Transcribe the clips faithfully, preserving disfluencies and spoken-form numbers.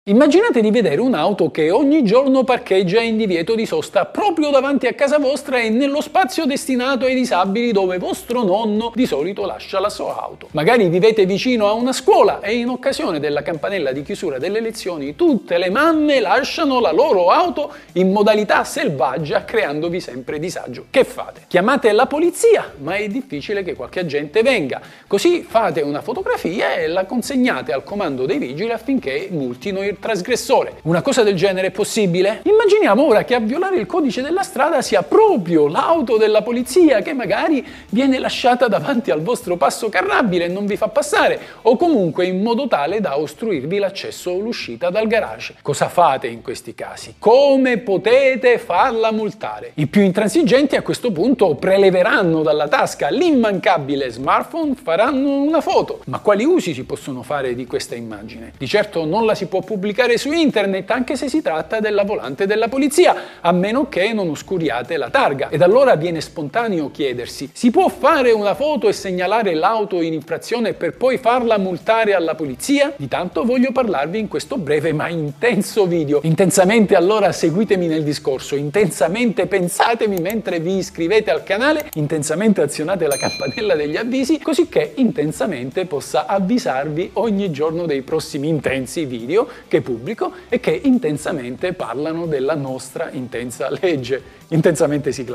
Immaginate di vedere un'auto che ogni giorno parcheggia in divieto di sosta proprio davanti a casa vostra e nello spazio destinato ai disabili dove vostro nonno di solito lascia la sua auto. Magari vivete vicino a una scuola e in occasione della campanella di chiusura delle lezioni tutte le mamme lasciano la loro auto in modalità selvaggia creandovi sempre disagio. Che fate? Chiamate la polizia, ma è difficile che qualche agente venga. Così fate una fotografia e la consegnate al comando dei vigili affinché multino il trasgressore. Una cosa del genere è possibile? Immaginiamo ora che a violare il codice della strada sia proprio l'auto della polizia che magari viene lasciata davanti al vostro passo carrabile e non vi fa passare, o comunque in modo tale da ostruirvi l'accesso o l'uscita dal garage. Cosa fate in questi casi? Come potete farla multare? I più intransigenti a questo punto preleveranno dalla tasca l'immancabile smartphone, faranno una foto. Ma quali usi si possono fare di questa immagine? Di certo non la si può pubblicare pubblicare su internet anche se si tratta della volante della polizia, a meno che non oscuriate la targa. Ed allora viene spontaneo chiedersi: si può fare una foto e segnalare l'auto in infrazione per poi farla multare alla polizia? Di tanto voglio parlarvi in questo breve ma intenso video. Intensamente allora seguitemi nel discorso, intensamente pensatemi mentre vi iscrivete al canale, intensamente azionate la campanella degli avvisi così che intensamente possa avvisarvi ogni giorno dei prossimi intensi video che pubblico e che intensamente parlano della nostra intensa legge. Intensamente sigla.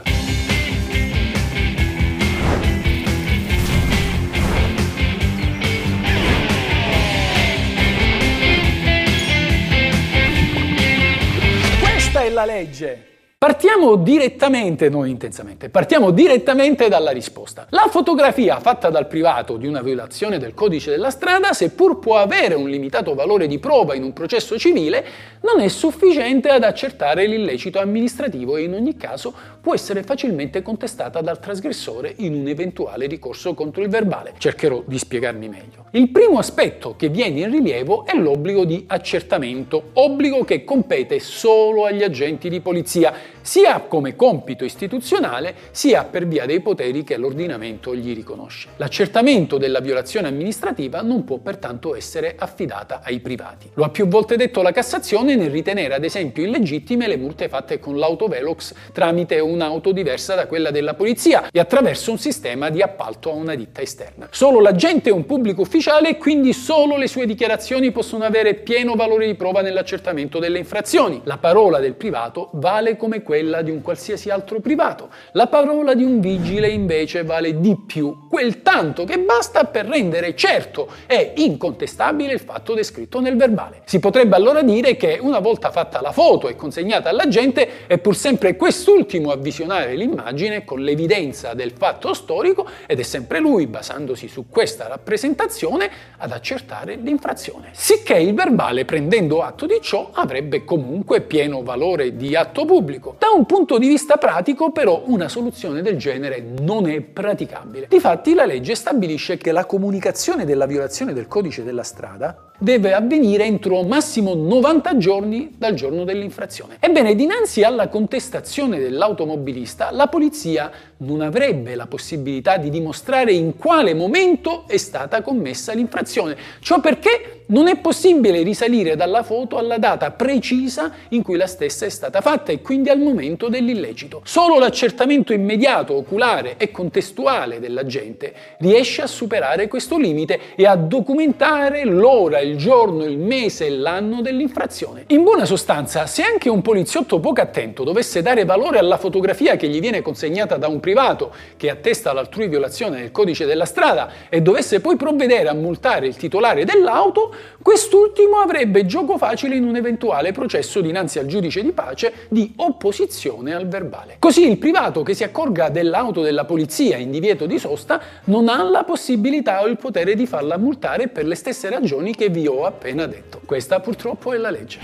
Questa è la legge! Partiamo direttamente, non intensamente, partiamo direttamente dalla risposta. La fotografia fatta dal privato di una violazione del codice della strada, seppur può avere un limitato valore di prova in un processo civile, non è sufficiente ad accertare l'illecito amministrativo e in ogni caso può essere facilmente contestata dal trasgressore in un eventuale ricorso contro il verbale. Cercherò di spiegarmi meglio. Il primo aspetto che viene in rilievo è l'obbligo di accertamento, obbligo che compete solo agli agenti di polizia, sia come compito istituzionale, sia per via dei poteri che l'ordinamento gli riconosce. L'accertamento della violazione amministrativa non può pertanto essere affidata ai privati. Lo ha più volte detto la Cassazione nel ritenere ad esempio illegittime le multe fatte con l'autovelox tramite un'auto diversa da quella della polizia e attraverso un sistema di appalto a una ditta esterna. Solo l'agente è un pubblico ufficiale e quindi solo le sue dichiarazioni possono avere pieno valore di prova nell'accertamento delle infrazioni. La parola del privato vale come quella di un qualsiasi altro privato. La parola di un vigile invece vale di più, quel tanto che basta per rendere certo e incontestabile il fatto descritto nel verbale. Si potrebbe allora dire che una volta fatta la foto e consegnata all'agente è pur sempre quest'ultimo a visionare l'immagine con l'evidenza del fatto storico ed è sempre lui, basandosi su questa rappresentazione, ad accertare l'infrazione. Sicché il verbale, prendendo atto di ciò, avrebbe comunque pieno valore di atto pubblico. Da un punto di vista pratico, però, una soluzione del genere non è praticabile. Difatti, la legge stabilisce che la comunicazione della violazione del codice della strada deve avvenire entro massimo novanta giorni dal giorno dell'infrazione. Ebbene, dinanzi alla contestazione dell'automobilista, la polizia non avrebbe la possibilità di dimostrare in quale momento è stata commessa l'infrazione. Ciò perché non è possibile risalire dalla foto alla data precisa in cui la stessa è stata fatta e quindi al momento dell'illecito. Solo l'accertamento immediato, oculare e contestuale dell'agente riesce a superare questo limite e a documentare l'ora, il giorno, il mese e l'anno dell'infrazione. In buona sostanza, se anche un poliziotto poco attento dovesse dare valore alla fotografia che gli viene consegnata da un privato che attesta l'altrui violazione del codice della strada e dovesse poi provvedere a multare il titolare dell'auto, quest'ultimo avrebbe gioco facile in un eventuale processo dinanzi al giudice di pace di opposizione al verbale. Così il privato che si accorga dell'auto della polizia in divieto di sosta non ha la possibilità o il potere di farla multare per le stesse ragioni che vi ho appena detto. Questa purtroppo è la legge.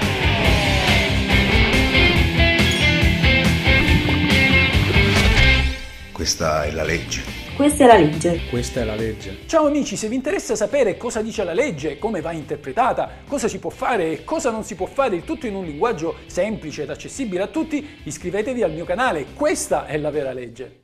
Questa è la legge. Questa è la legge. Questa è la legge. Ciao amici, se vi interessa sapere cosa dice la legge, come va interpretata, cosa si può fare e cosa non si può fare, il tutto in un linguaggio semplice ed accessibile a tutti, iscrivetevi al mio canale. Questa è la vera legge.